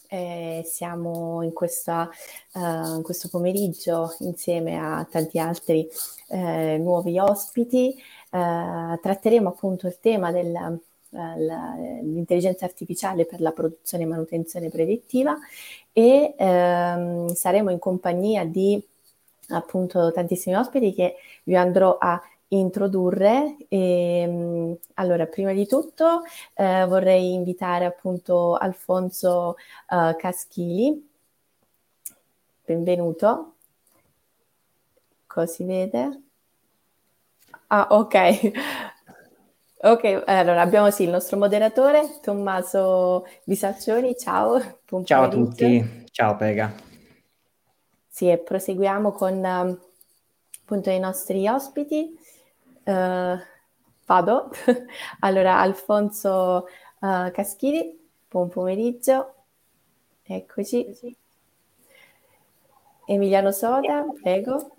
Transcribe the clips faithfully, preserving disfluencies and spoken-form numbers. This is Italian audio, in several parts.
e siamo in, questa, uh, in questo pomeriggio insieme a tanti altri uh, nuovi ospiti. Uh, tratteremo appunto il tema dell'intelligenza artificiale per la produzione e manutenzione predittiva e um, saremo in compagnia di appunto tantissimi ospiti che vi andrò a introdurre. E, allora, prima di tutto eh, vorrei invitare appunto Alfonso uh, Caschili. Benvenuto. Cosa si vede? Ah, ok. Ok, allora abbiamo sì il nostro moderatore Tommaso Bisaccioni. Ciao, buon Ciao a pomeriggio. tutti, ciao Pega. Sì, e proseguiamo con appunto i nostri ospiti. Uh, vado. Allora, Alfonso uh, Caschili, buon pomeriggio. Eccoci. Emiliano Soda, prego.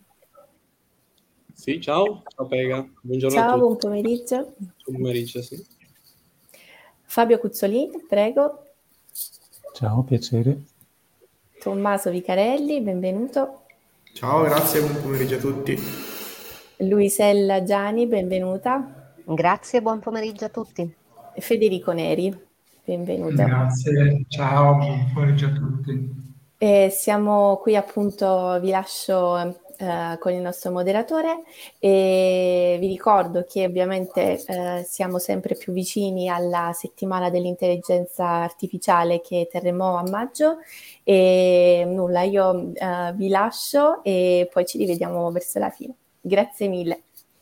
Sì, ciao, ciao Pega, buongiorno a Ciao, tutti. buon pomeriggio. Buon pomeriggio, sì. Fabio Cuzzolini, prego. Ciao, piacere. Tommaso Vicarelli, benvenuto. Ciao, grazie, buon pomeriggio a tutti. Luisella Giani, benvenuta. Grazie, buon pomeriggio a tutti. Federico Neri, benvenuto. Grazie, ciao, buon pomeriggio a tutti. E siamo qui appunto, vi lascio eh, con il nostro moderatore e vi ricordo che ovviamente eh, siamo sempre più vicini alla settimana dell'intelligenza artificiale che terremo a maggio e nulla, io eh, vi lascio e poi ci rivediamo verso la fine. Grazie mille.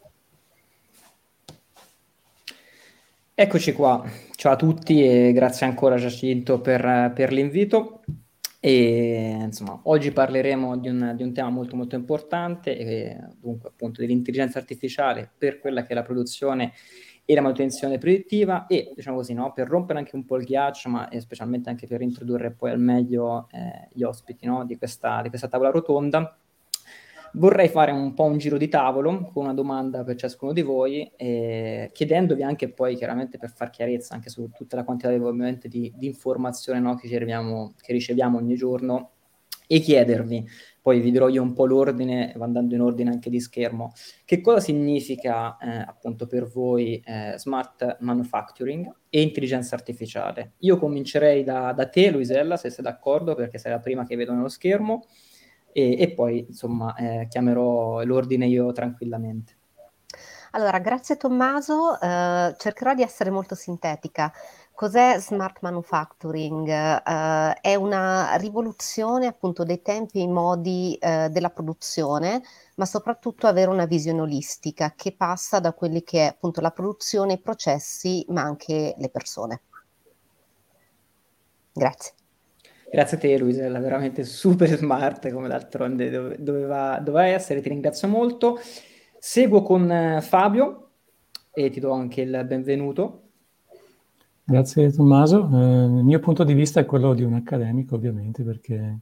Eccoci qua, ciao a tutti e grazie ancora Giacinto per, per l'invito. E insomma, oggi parleremo di un, di un tema molto molto importante, e, dunque appunto dell'intelligenza artificiale per quella che è la produzione e la manutenzione predittiva e diciamo così, no, per rompere anche un po' il ghiaccio, ma specialmente anche per introdurre poi al meglio eh, gli ospiti, no, di questa, di questa tavola rotonda. Vorrei fare un po' un giro di tavolo con una domanda per ciascuno di voi, eh, chiedendovi anche poi chiaramente per far chiarezza anche su tutta la quantità di, ovviamente, di, di informazione, no, che, riceviamo, che riceviamo ogni giorno e chiedervi, poi vi dirò io un po' l'ordine, andando in ordine anche di schermo, che cosa significa eh, appunto per voi eh, smart manufacturing e intelligenza artificiale. Io comincerei da, da te, Luisella, se sei d'accordo, perché sei la prima che vedo nello schermo. E, e poi insomma eh, chiamerò l'ordine io tranquillamente. Allora, grazie Tommaso, eh, cercherò di essere molto sintetica. Cos'è smart manufacturing? Eh, è una rivoluzione appunto dei tempi e i modi eh, della produzione, ma soprattutto avere una visione olistica che passa da quelli che è appunto la produzione, i processi, ma anche le persone. Grazie. Grazie a te Luisella, veramente super smart come d'altronde dove, doveva, doveva essere, ti ringrazio molto. Seguo con eh, Fabio e ti do anche il benvenuto. Grazie Tommaso, eh, il mio punto di vista è quello di un accademico ovviamente perché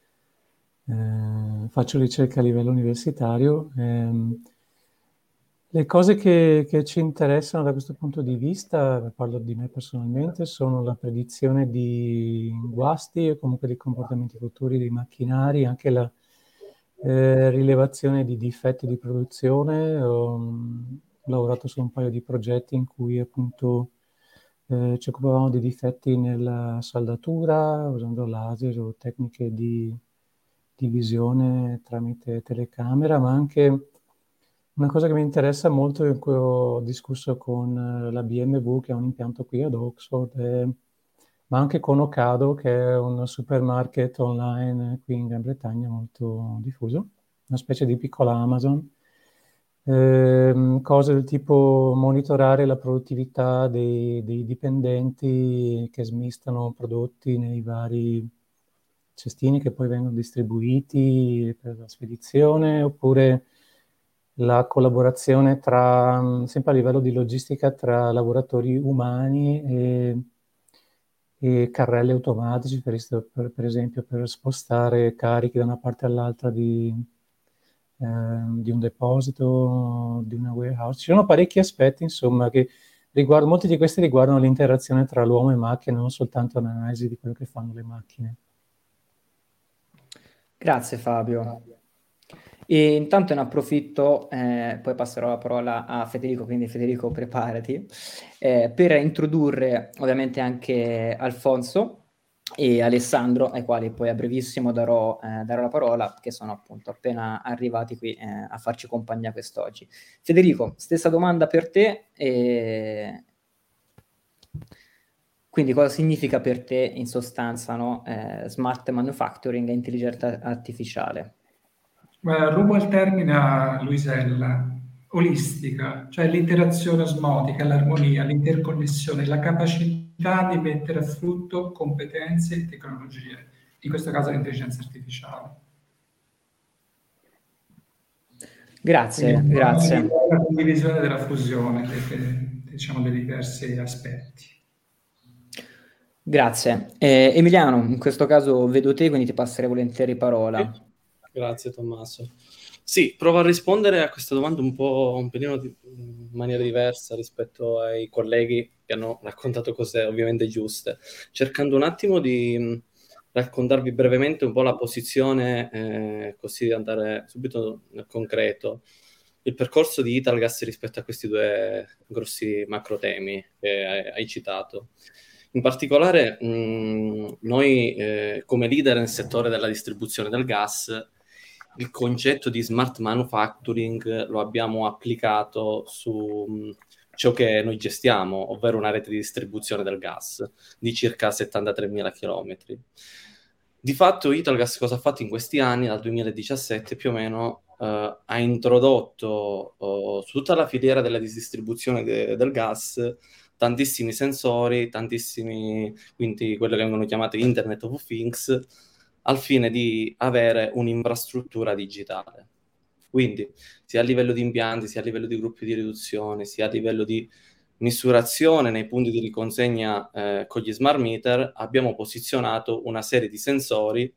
eh, faccio ricerca a livello universitario. Ehm, le cose che, che ci interessano da questo punto di vista, parlo di me personalmente, sono la predizione di guasti o comunque di comportamenti futuri dei macchinari, anche la eh, rilevazione di difetti di produzione. Ho, ho lavorato su un paio di progetti in cui appunto eh, ci occupavamo di difetti nella saldatura usando laser o tecniche di, di visione tramite telecamera, ma anche una cosa che mi interessa molto in cui ho discusso con la B M W, che è un impianto qui ad Oxford, è, ma anche con Ocado, che è un supermarket online qui in Gran Bretagna molto diffuso, una specie di piccola Amazon. Eh, cose del tipo monitorare la produttività dei, dei dipendenti che smistano prodotti nei vari cestini che poi vengono distribuiti per la spedizione, oppure la collaborazione tra, sempre a livello di logistica, tra lavoratori umani e, e carrelli automatici, per, per, per esempio per spostare carichi da una parte all'altra di, eh, di un deposito, di una warehouse. Ci sono parecchi aspetti, insomma, che riguardo, molti di questi riguardano l'interazione tra l'uomo e macchine, non soltanto l'analisi di quello che fanno le macchine. Grazie Fabio. E intanto ne approfitto, eh, poi passerò la parola a Federico, quindi Federico preparati, eh, per introdurre ovviamente anche Alfonso e Alessandro, ai quali poi a brevissimo darò, eh, darò la parola, che sono appunto appena arrivati qui eh, a farci compagnia quest'oggi. Federico, stessa domanda per te. E... Quindi cosa significa per te in sostanza, no, eh, smart manufacturing e intelligenza artificiale? Beh, rubo il termine a Luisella, olistica, cioè l'interazione osmotica, l'armonia, l'interconnessione, la capacità di mettere a frutto competenze e tecnologie, in questo caso l'intelligenza artificiale. Grazie, Quindi, grazie. la condivisione della fusione dei, diciamo, dei diversi aspetti. Grazie. Eh, Emiliano, in questo caso vedo te, quindi ti passerei volentieri parola. Sì. Grazie Tommaso. Sì, provo a rispondere a questa domanda un po' un pelino di, in maniera diversa rispetto ai colleghi che hanno raccontato cose ovviamente giuste, cercando un attimo di mh, raccontarvi brevemente un po' la posizione, eh, così di andare subito nel concreto, il percorso di Italgas rispetto a questi due grossi macro temi che hai, hai citato. In particolare, mh, noi eh, come leader nel settore della distribuzione del gas, il concetto di smart manufacturing lo abbiamo applicato su mh, ciò che noi gestiamo, ovvero una rete di distribuzione del gas di circa settantatremila chilometri. Di fatto Italgas cosa ha fatto in questi anni, dal duemiladiciassette più o meno, eh, ha introdotto eh, su tutta la filiera della distribuzione de- del gas tantissimi sensori, tantissimi, quindi quello che vengono chiamate Internet of Things, al fine di avere un'infrastruttura digitale. Quindi sia a livello di impianti, sia a livello di gruppi di riduzione, sia a livello di misurazione nei punti di riconsegna eh, con gli smart meter, abbiamo posizionato una serie di sensori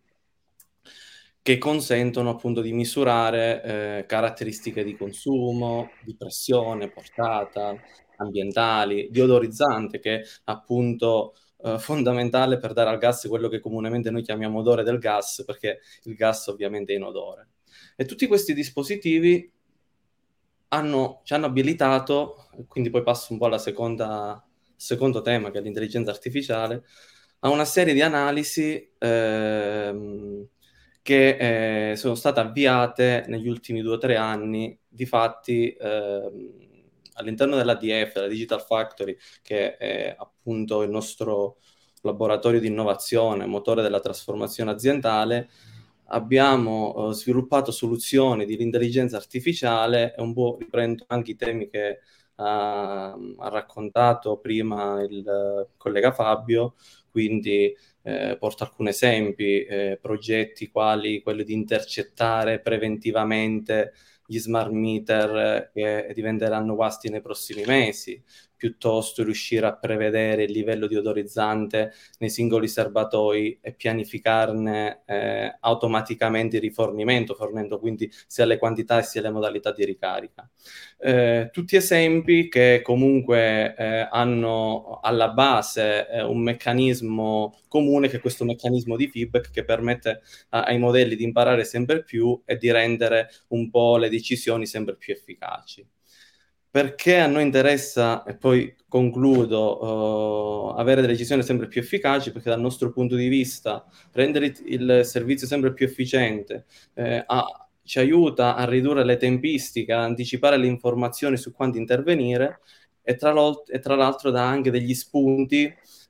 che consentono appunto di misurare eh, caratteristiche di consumo, di pressione, portata, ambientali, di odorizzante, che è appunto eh, fondamentale per dare al gas quello che comunemente noi chiamiamo odore del gas, perché il gas ovviamente è inodore. E tutti questi dispositivi hanno, ci hanno abilitato, quindi poi passo un po' alla seconda, secondo tema, che è l'intelligenza artificiale, a una serie di analisi ehm, che eh, sono state avviate negli ultimi due o tre anni. Difatti ehm, all'interno della D F, la Digital Factory, che è appunto il nostro laboratorio di innovazione, motore della trasformazione aziendale, abbiamo eh, sviluppato soluzioni di intelligenza artificiale, e un po' riprendo anche i temi che uh, ha raccontato prima il collega Fabio, quindi eh, porto alcuni esempi, eh, progetti quali quello di intercettare preventivamente gli smart meter che diventeranno guasti nei prossimi mesi, piuttosto riuscire a prevedere il livello di odorizzante nei singoli serbatoi e pianificarne eh, automaticamente il rifornimento, fornendo quindi sia le quantità sia le modalità di ricarica. Eh, tutti esempi che comunque eh, hanno alla base eh, un meccanismo comune, che è questo meccanismo di feedback che permette a, ai modelli di imparare sempre più e di rendere un po' le decisioni sempre più efficaci. Perché a noi interessa, e poi concludo, uh, avere delle decisioni sempre più efficaci? Perché dal nostro punto di vista rendere il servizio sempre più efficiente eh, a, ci aiuta a ridurre le tempistiche, a anticipare le informazioni su quando intervenire, e tra, e tra l'altro dà anche degli spunti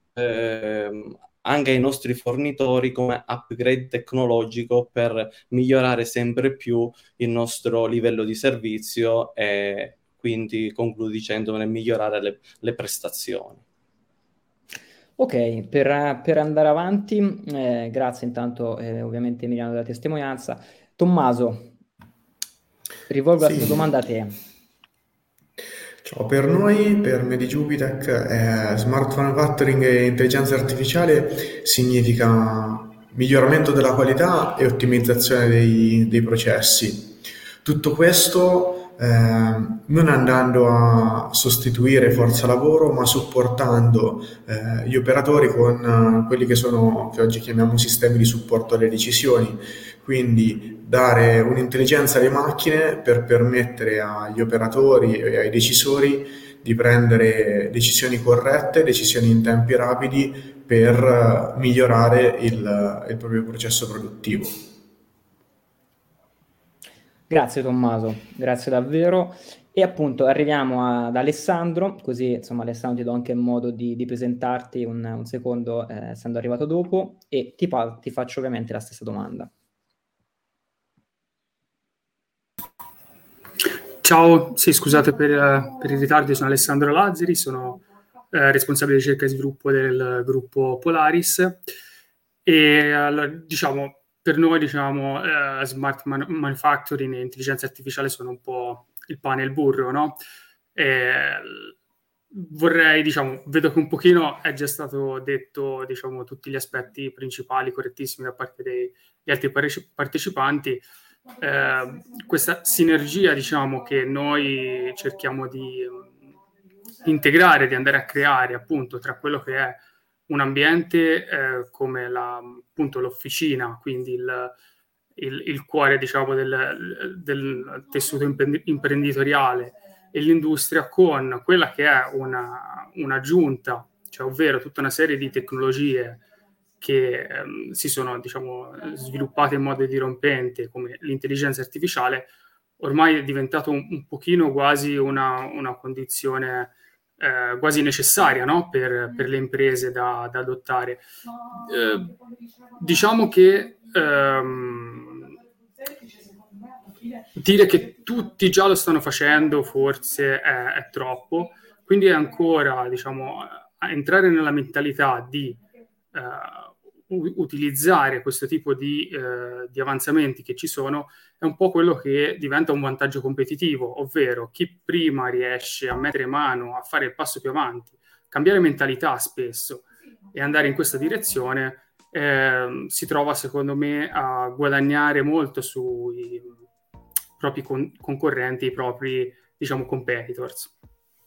eh, anche ai nostri fornitori come upgrade tecnologico per migliorare sempre più il nostro livello di servizio, e quindi concludo dicendo nel migliorare le, le prestazioni. Ok, per, per andare avanti, eh, grazie intanto eh, ovviamente Emiliano della testimonianza. Tommaso, rivolgo Sì. la domanda a te. Ciao, per noi, per MediJupitec, eh, smart manufacturing e intelligenza artificiale significa miglioramento della qualità e ottimizzazione dei, dei processi. Tutto questo eh, non andando a sostituire forza lavoro, ma supportando eh, gli operatori con eh, quelli che sono, che oggi chiamiamo sistemi di supporto alle decisioni, quindi dare un'intelligenza alle macchine per permettere agli operatori e ai decisori di prendere decisioni corrette, decisioni in tempi rapidi per migliorare il, il proprio processo produttivo. Grazie Tommaso, grazie davvero. E appunto arriviamo ad Alessandro, così insomma Alessandro ti do anche modo di, di presentarti un, un secondo, eh, essendo arrivato dopo, e ti, ti faccio ovviamente la stessa domanda. Ciao, sì, scusate per, per il ritardo, sono Alessandro Lazzari, sono eh, responsabile di ricerca e sviluppo del gruppo Polaris e allora, diciamo, per noi diciamo, eh, smart man- manufacturing e intelligenza artificiale sono un po' il pane e il burro, no? E vorrei, diciamo, vedo che un pochino è già stato detto, diciamo, tutti gli aspetti principali correttissimi da parte dei, degli altri parteci- partecipanti. Eh, questa sinergia, diciamo, che noi cerchiamo di integrare, di andare a creare appunto tra quello che è un ambiente eh, come la, appunto l'officina, quindi il, il, il cuore, diciamo, del, del tessuto imprenditoriale e l'industria, con quella che è una, un'aggiunta, cioè ovvero tutta una serie di tecnologie che ehm, si sono, diciamo, sviluppate in modo dirompente, come l'intelligenza artificiale, ormai è diventato un, un pochino quasi una, una condizione eh, quasi necessaria, no? per, per le imprese da, da adottare. Eh, diciamo che ehm, dire che tutti già lo stanno facendo forse è, è troppo, quindi è ancora, diciamo, a entrare nella mentalità di Uh, utilizzare questo tipo di, uh, di avanzamenti che ci sono è un po' quello che diventa un vantaggio competitivo, ovvero chi prima riesce a mettere mano, a fare il passo più avanti, cambiare mentalità spesso e andare in questa direzione, eh, si trova secondo me a guadagnare molto sui propri con- concorrenti, i propri, diciamo, competitors.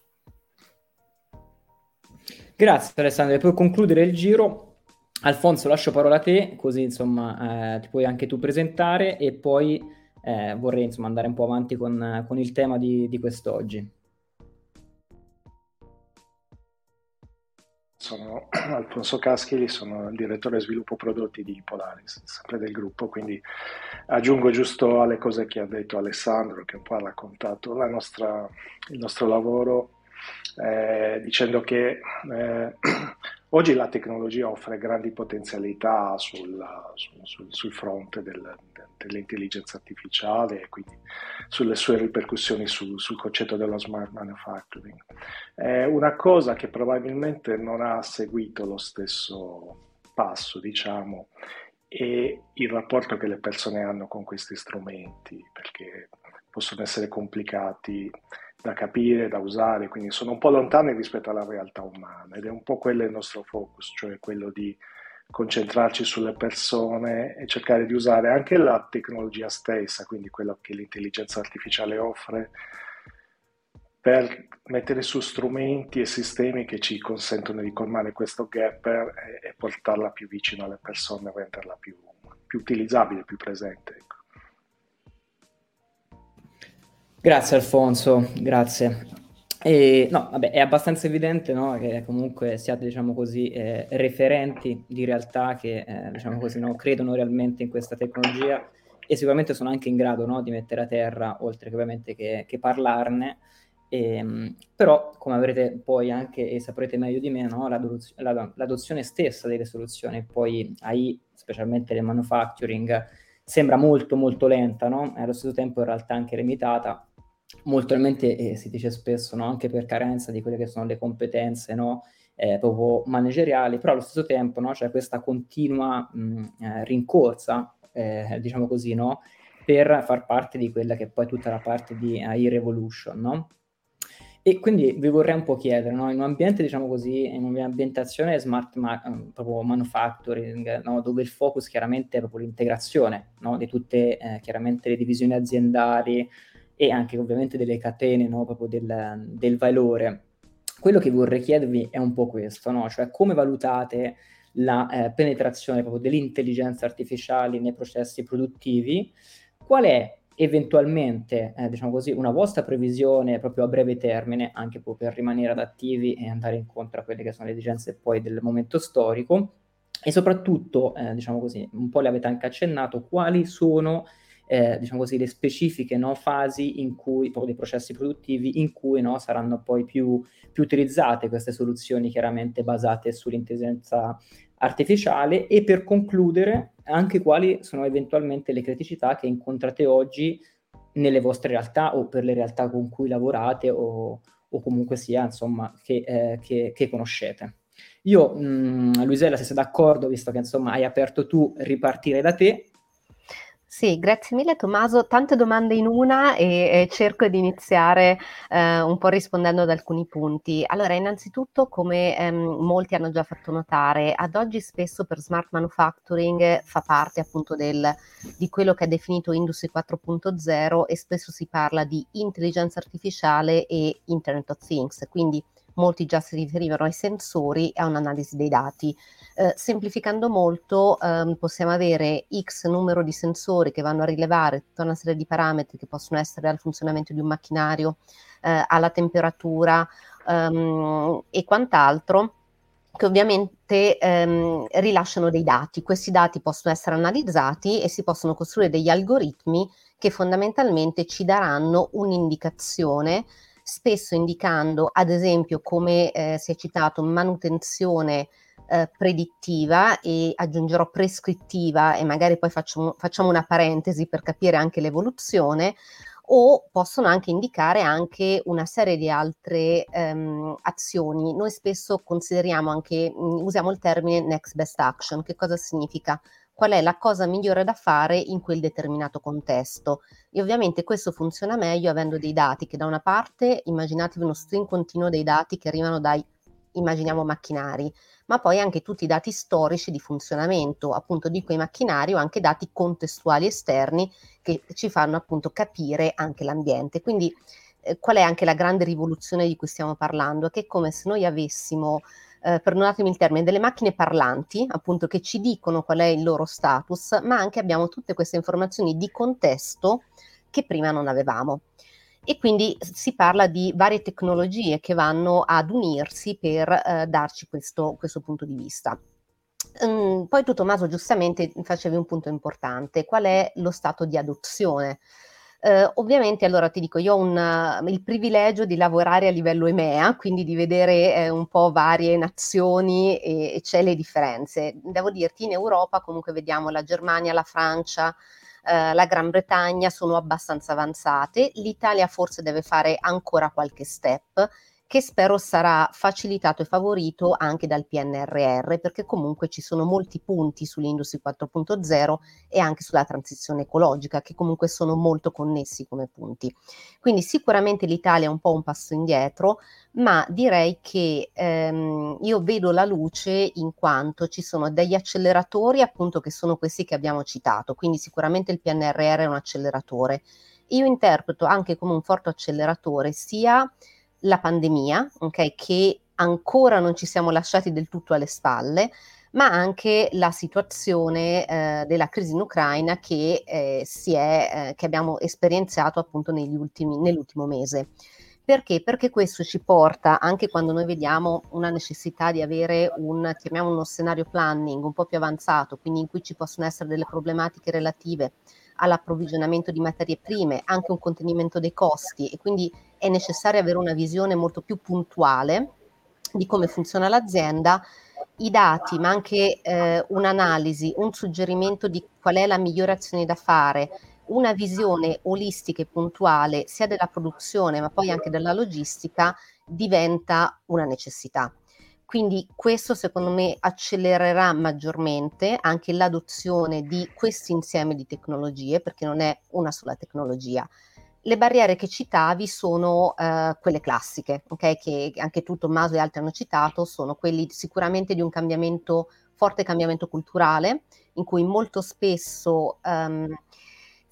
Grazie Alessandro, e per concludere il giro Alfonso, lascio parola a te, così insomma eh, ti puoi anche tu presentare e poi eh, vorrei insomma andare un po' avanti con, con il tema di, di quest'oggi. Sono Alfonso Caschili, sono il direttore sviluppo prodotti di Polaris, sempre del gruppo, quindi aggiungo giusto alle cose che ha detto Alessandro, che un po' ha raccontato la nostra, il nostro lavoro, eh, dicendo che eh, oggi la tecnologia offre grandi potenzialità sul, sul, sul fronte del, dell'intelligenza artificiale e quindi sulle sue ripercussioni sul, sul concetto dello smart manufacturing. È una cosa che probabilmente non ha seguito lo stesso passo, diciamo, e il rapporto che le persone hanno con questi strumenti, perché possono essere complicati da capire, da usare, quindi sono un po' lontani rispetto alla realtà umana ed è un po' quello il nostro focus, cioè quello di concentrarci sulle persone e cercare di usare anche la tecnologia stessa, quindi quello che l'intelligenza artificiale offre, per mettere su strumenti e sistemi che ci consentono di colmare questo gap e, e portarla più vicino alle persone, renderla più, più utilizzabile, più presente. Ecco. Grazie Alfonso, grazie. E, no, vabbè, è abbastanza evidente, no, che comunque siate, diciamo così, eh, referenti di realtà che, eh, diciamo così, no, credono realmente in questa tecnologia e sicuramente sono anche in grado, no, di mettere a terra, oltre che ovviamente che, che parlarne. E, però, come avrete poi anche e saprete meglio di me, no, l'adozio- la- l'adozione stessa delle soluzioni, poi A I, specialmente nel manufacturing, sembra molto molto lenta, no? E allo stesso tempo in realtà anche limitata. Molto probabilmente eh, si dice spesso, no? Anche per carenza di quelle che sono le competenze, no? eh, proprio manageriali, però allo stesso tempo, no? C'è questa continua mh, eh, rincorsa, eh, diciamo così, no? Per far parte di quella che è poi tutta la parte di A I Revolution, no? E quindi vi vorrei un po' chiedere, no? In un ambiente, diciamo così, in un'ambientazione smart ma- proprio manufacturing, no? Dove il focus chiaramente è proprio l'integrazione, no? Di tutte eh, chiaramente le divisioni aziendali, e anche ovviamente delle catene, no, proprio del, del valore. Quello che vorrei chiedervi è un po' questo, no? Cioè come valutate la eh, penetrazione proprio dell'intelligenza artificiale nei processi produttivi? Qual è eventualmente, eh, diciamo così, una vostra previsione proprio a breve termine, anche per rimanere adattivi e andare incontro a quelle che sono le esigenze poi del momento storico? E soprattutto, eh, diciamo così, un po' le avete anche accennato, quali sono eh, diciamo così, le specifiche, no, fasi in cui, proprio dei processi produttivi, in cui, no, saranno poi più, più utilizzate queste soluzioni chiaramente basate sull'intelligenza artificiale, e per concludere anche quali sono eventualmente le criticità che incontrate oggi nelle vostre realtà o per le realtà con cui lavorate o, o comunque sia, insomma, che, eh, che, che conoscete. Io, mh, Luisella, se sei d'accordo, visto che insomma hai aperto tu, ripartirei da te. Sì, grazie mille Tommaso, tante domande in una e, e cerco di iniziare eh, un po' rispondendo ad alcuni punti. Allora, innanzitutto, come ehm, molti hanno già fatto notare, ad oggi spesso per smart manufacturing fa parte appunto del, di quello che è definito Industry quattro punto zero, e spesso si parla di intelligenza artificiale e Internet of Things, quindi molti già si riferivano ai sensori e a un'analisi dei dati. Eh, semplificando molto, ehm, possiamo avere X numero di sensori che vanno a rilevare tutta una serie di parametri che possono essere dal funzionamento di un macchinario, eh, alla temperatura ehm, e quant'altro, che ovviamente ehm, rilasciano dei dati. Questi dati possono essere analizzati e si possono costruire degli algoritmi che fondamentalmente ci daranno un'indicazione, spesso indicando, ad esempio, come eh, si è citato, manutenzione eh, predittiva, e aggiungerò prescrittiva, e magari poi facciamo, facciamo una parentesi per capire anche l'evoluzione, o possono anche indicare anche una serie di altre ehm, azioni. Noi spesso consideriamo anche, mh, usiamo il termine next best action. Che cosa significa? Qual è la cosa migliore da fare in quel determinato contesto? E ovviamente questo funziona meglio avendo dei dati che, da una parte, immaginatevi uno string continuo dei dati che arrivano dai, immaginiamo, macchinari, ma poi anche tutti i dati storici di funzionamento appunto di quei macchinari, o anche dati contestuali esterni che ci fanno appunto capire anche l'ambiente. Quindi eh, qual è anche la grande rivoluzione di cui stiamo parlando? Che è come se noi avessimo, eh, perdonatemi il termine, delle macchine parlanti, appunto, che ci dicono qual è il loro status, ma anche abbiamo tutte queste informazioni di contesto che prima non avevamo. E quindi si parla di varie tecnologie che vanno ad unirsi per eh, darci questo, questo punto di vista. Um, poi tu, Tommaso, giustamente facevi un punto importante: qual è lo stato di adozione? Uh, ovviamente, allora ti dico, io ho un, uh, il privilegio di lavorare a livello E M E A, quindi di vedere eh, un po' varie nazioni, e, e c'è le differenze. Devo dirti, in Europa comunque vediamo la Germania, la Francia, Uh, la Gran Bretagna sono abbastanza avanzate. L'Italia forse deve fare ancora qualche step, che spero sarà facilitato e favorito anche dal P N R R, perché comunque ci sono molti punti sull'Industry quattro punto zero e anche sulla transizione ecologica, che comunque sono molto connessi come punti. Quindi sicuramente l'Italia è un po' un passo indietro, ma direi che ehm, io vedo la luce, in quanto ci sono degli acceleratori, appunto, che sono questi che abbiamo citato. Quindi sicuramente il P N R R è un acceleratore. Io interpreto anche come un forte acceleratore sia la pandemia, okay, che ancora non ci siamo lasciati del tutto alle spalle, ma anche la situazione eh, della crisi in Ucraina che, eh, si è, eh, che abbiamo esperienziato appunto negli ultimi, nell'ultimo mese. Perché? Perché questo ci porta, anche quando noi vediamo una necessità di avere un, chiamiamo uno scenario planning un po' più avanzato, quindi in cui ci possono essere delle problematiche relative all'approvvigionamento di materie prime, anche un contenimento dei costi, e quindi è necessario avere una visione molto più puntuale di come funziona l'azienda. I dati, ma anche eh, un'analisi, un suggerimento di qual è la migliore azione da fare, una visione olistica e puntuale sia della produzione ma poi anche della logistica, diventa una necessità. Quindi questo secondo me accelererà maggiormente anche l'adozione di questo insieme di tecnologie, perché non è una sola tecnologia. Le barriere che citavi sono uh, quelle classiche, okay? Che anche tu, Tommaso, e altri hanno citato, sono quelli sicuramente di un cambiamento, forte cambiamento culturale, in cui molto spesso um,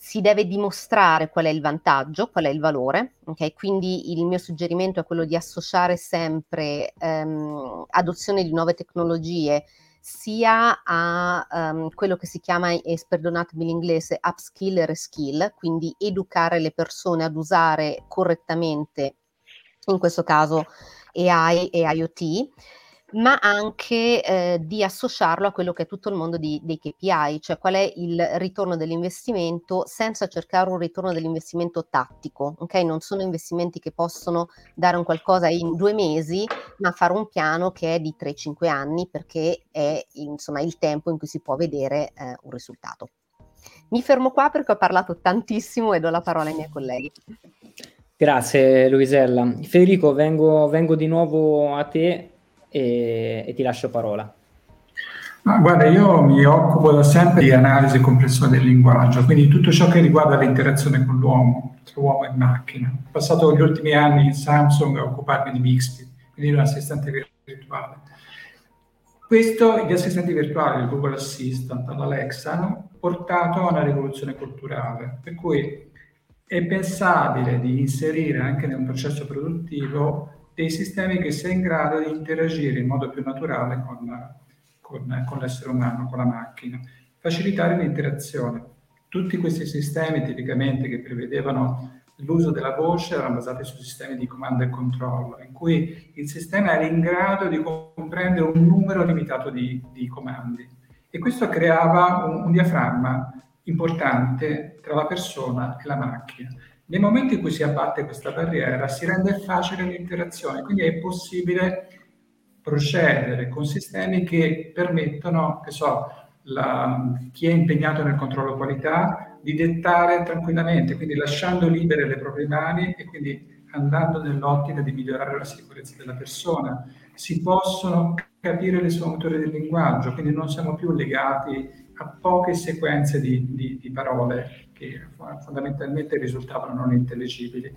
si deve dimostrare qual è il vantaggio, qual è il valore, ok? Quindi il mio suggerimento è quello di associare sempre ehm, adozione di nuove tecnologie sia a um, quello che si chiama, e perdonatemi l'inglese, upskill e reskill, quindi educare le persone ad usare correttamente, in questo caso A I e IoT, ma anche eh, di associarlo a quello che è tutto il mondo di, dei K P I, cioè qual è il ritorno dell'investimento senza cercare un ritorno dell'investimento tattico, ok? Non sono investimenti che possono dare un qualcosa in due mesi, ma fare un piano che è di tre cinque anni, perché è insomma il tempo in cui si può vedere eh, un risultato. Mi fermo qua perché ho parlato tantissimo e do la parola ai miei colleghi. Grazie Luisella. Federico, vengo, vengo di nuovo a te e, e ti lascio parola. Ma guarda, io mi occupo da sempre di analisi e comprensione del linguaggio, quindi tutto ciò che riguarda l'interazione con l'uomo, tra uomo e macchina. Ho passato gli ultimi anni in Samsung a occuparmi di Bixby, quindi di un assistente virtuale. Questo, gli assistenti virtuali, il Google Assistant, l'Alexa, hanno portato a una rivoluzione culturale, per cui è pensabile di inserire anche in un processo produttivo dei sistemi che siano in grado di interagire in modo più naturale con, con, con l'essere umano, con la macchina, facilitare l'interazione. Tutti questi sistemi tipicamente che prevedevano l'uso della voce erano basati su sistemi di comando e controllo, in cui il sistema era in grado di comprendere un numero limitato di, di comandi. E questo creava un, un diaframma importante tra la persona e la macchina. Nel momento in cui si abbatte questa barriera si rende facile l'interazione, quindi è possibile procedere con sistemi che permettono, che so, la, chi è impegnato nel controllo qualità di dettare tranquillamente, quindi lasciando libere le proprie mani e quindi andando nell'ottica di migliorare la sicurezza della persona. Si possono capire le sfumature del linguaggio, quindi non siamo più legati a poche sequenze di, di, di parole che fondamentalmente risultavano non intelligibili.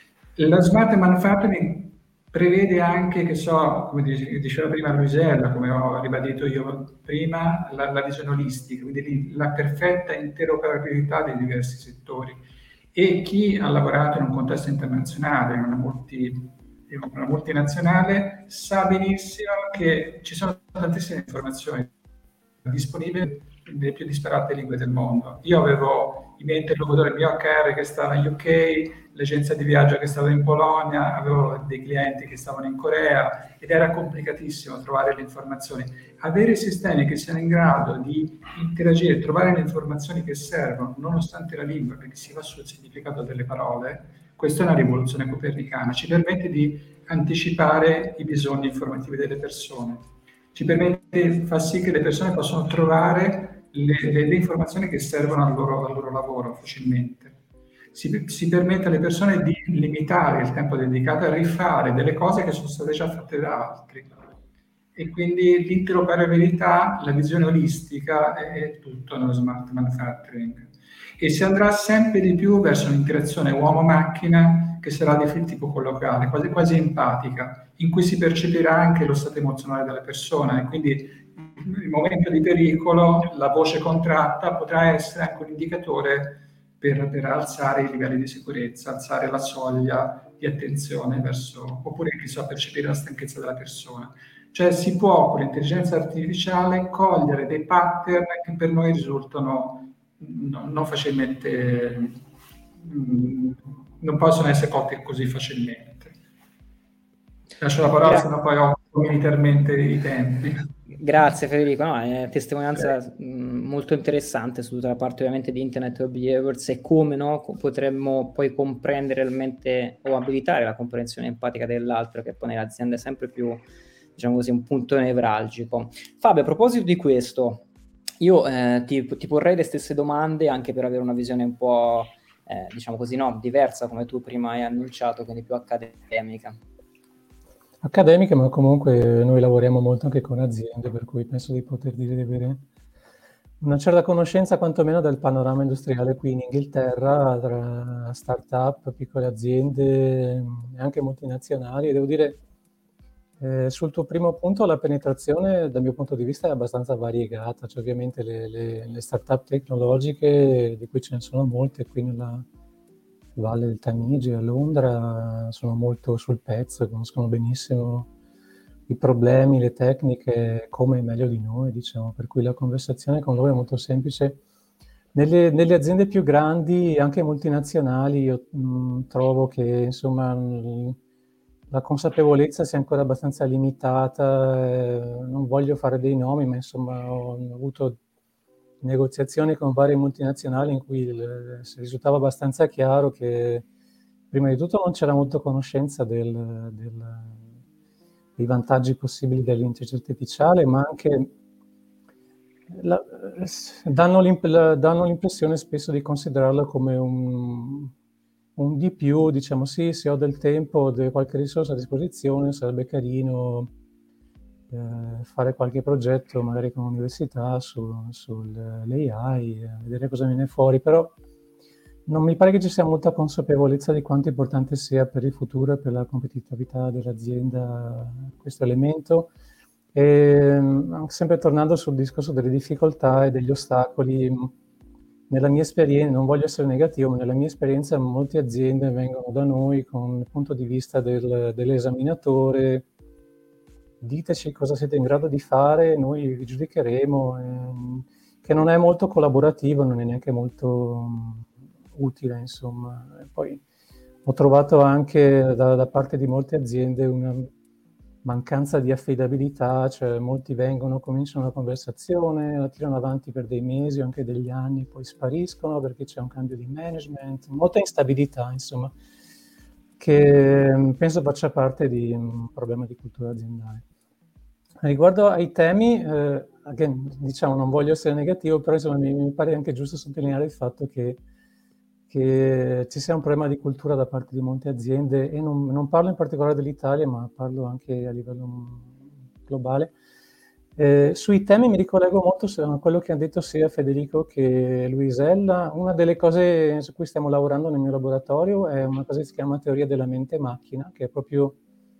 La smart manufacturing prevede anche, che so, come diceva prima Luisella, come ho ribadito io prima, la, la visione olistica, quindi la perfetta interoperabilità dei diversi settori. E chi ha lavorato in un contesto internazionale, in una, multi, in una multinazionale, sa benissimo che ci sono tantissime informazioni disponibili nelle più disparate lingue del mondo. Io avevo i miei interlocutori, il mio H R che stava in U K, l'agenzia di viaggio che stava in Polonia, avevo dei clienti che stavano in Corea ed era complicatissimo trovare le informazioni. Avere sistemi che siano in grado di interagire, trovare le informazioni che servono, nonostante la lingua, perché si va sul significato delle parole, questa è una rivoluzione copernicana, ci permette di anticipare i bisogni informativi delle persone, ci permette, fa sì che le persone possano trovare le, le, le informazioni che servono al loro, al loro lavoro facilmente. Si, si permette alle persone di limitare il tempo dedicato a rifare delle cose che sono state già fatte da altri. E quindi l'interoperabilità, la visione olistica è tutto nello smart manufacturing. E si andrà sempre di più verso un'interazione uomo-macchina che sarà di tipo colloquiale, quasi, quasi empatica, in cui si percepirà anche lo stato emozionale della persona e quindi il momento di pericolo, la voce contratta potrà essere anche un indicatore per, per alzare i livelli di sicurezza, alzare la soglia di attenzione verso, oppure che so, percepire la stanchezza della persona. Cioè si può con l'intelligenza artificiale cogliere dei pattern che per noi risultano non, non facilmente, non possono essere colti così facilmente. Lascio la parola, se no poi ho militarmente i tempi. Grazie Federico, no, è testimonianza okay. mh, molto interessante su tutta la parte ovviamente di Internet of Behaviors e come no, potremmo poi comprendere realmente o abilitare la comprensione empatica dell'altro, che poi nelle aziende è sempre più, diciamo così, un punto nevralgico. Fabio, a proposito di questo, io eh, ti, ti porrei le stesse domande anche per avere una visione un po', eh, diciamo così, no, diversa come tu prima hai annunciato, quindi più accademica. Accademiche, ma comunque noi lavoriamo molto anche con aziende, per cui penso di poter dire di avere una certa conoscenza quantomeno del panorama industriale qui in Inghilterra, tra start-up, piccole aziende e anche multinazionali. E devo dire, Eh, sul tuo primo punto, la penetrazione dal mio punto di vista è abbastanza variegata, cioè ovviamente le, le, le start-up tecnologiche, di cui ce ne sono molte qui nella Valle del Tamigi a Londra, sono molto sul pezzo, conoscono benissimo i problemi, le tecniche, come meglio di noi, diciamo, per cui la conversazione con loro è molto semplice. Nelle, nelle aziende più grandi, anche multinazionali, io mh, trovo che insomma mh, la consapevolezza sia ancora abbastanza limitata, eh, non voglio fare dei nomi, ma insomma ho, ho avuto negoziazioni con varie multinazionali in cui il, risultava abbastanza chiaro che prima di tutto non c'era molta conoscenza del, del, dei vantaggi possibili dell'intelligenza artificiale, ma anche la, danno, l'imp- la, danno l'impressione spesso di considerarla come un, un di più, diciamo sì, se ho del tempo, de, qualche risorsa a disposizione, sarebbe carino eh, fare qualche progetto magari con l'università su, sull'A I, eh, vedere cosa viene fuori, però non mi pare che ci sia molta consapevolezza di quanto importante sia per il futuro e per la competitività dell'azienda questo elemento. E, sempre tornando sul discorso delle difficoltà e degli ostacoli, nella mia esperienza, non voglio essere negativo, ma nella mia esperienza molte aziende vengono da noi con il punto di vista del, dell'esaminatore, diteci cosa siete in grado di fare, noi vi giudicheremo, ehm, che non è molto collaborativo, non è neanche molto um, utile, insomma. E poi ho trovato anche da, da parte di molte aziende una mancanza di affidabilità, cioè molti vengono, cominciano una conversazione, la tirano avanti per dei mesi o anche degli anni, poi spariscono perché c'è un cambio di management, molta instabilità, insomma, che penso faccia parte di un problema di cultura aziendale. Riguardo ai temi, eh, again, diciamo, non voglio essere negativo, però insomma, mi, mi pare anche giusto sottolineare il fatto che, che ci sia un problema di cultura da parte di molte aziende, e non, non parlo in particolare dell'Italia, ma parlo anche a livello globale. Eh, sui temi mi ricollego molto a quello che hanno detto sia Federico che Luisella. Una delle cose su cui stiamo lavorando nel mio laboratorio è una cosa che si chiama teoria della mente-macchina, che è proprio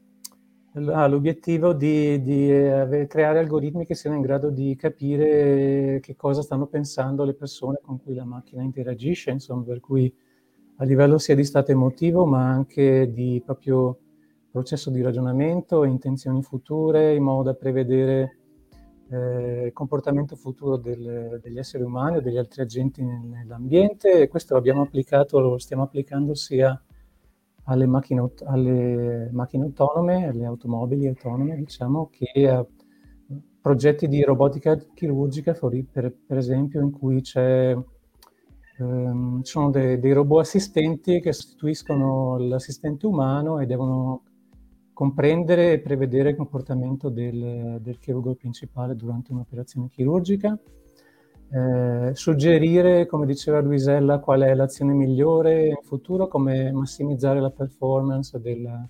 ha l'obiettivo di, di eh, creare algoritmi che siano in grado di capire che cosa stanno pensando le persone con cui la macchina interagisce, insomma, per cui a livello sia di stato emotivo, ma anche di proprio processo di ragionamento, intenzioni future, in modo da prevedere eh, il comportamento futuro del, degli esseri umani o degli altri agenti nell'ambiente. E questo l'abbiamo applicato, lo stiamo applicando sia alle macchine, alle macchine autonome, alle automobili autonome, diciamo, che a progetti di robotica chirurgica, per, per esempio, in cui c'è, ehm, ci sono dei, dei robot assistenti che sostituiscono l'assistente umano e devono comprendere e prevedere il comportamento del, del chirurgo principale durante un'operazione chirurgica. Eh, suggerire, come diceva Luisella, qual è l'azione migliore in futuro, come massimizzare la performance della,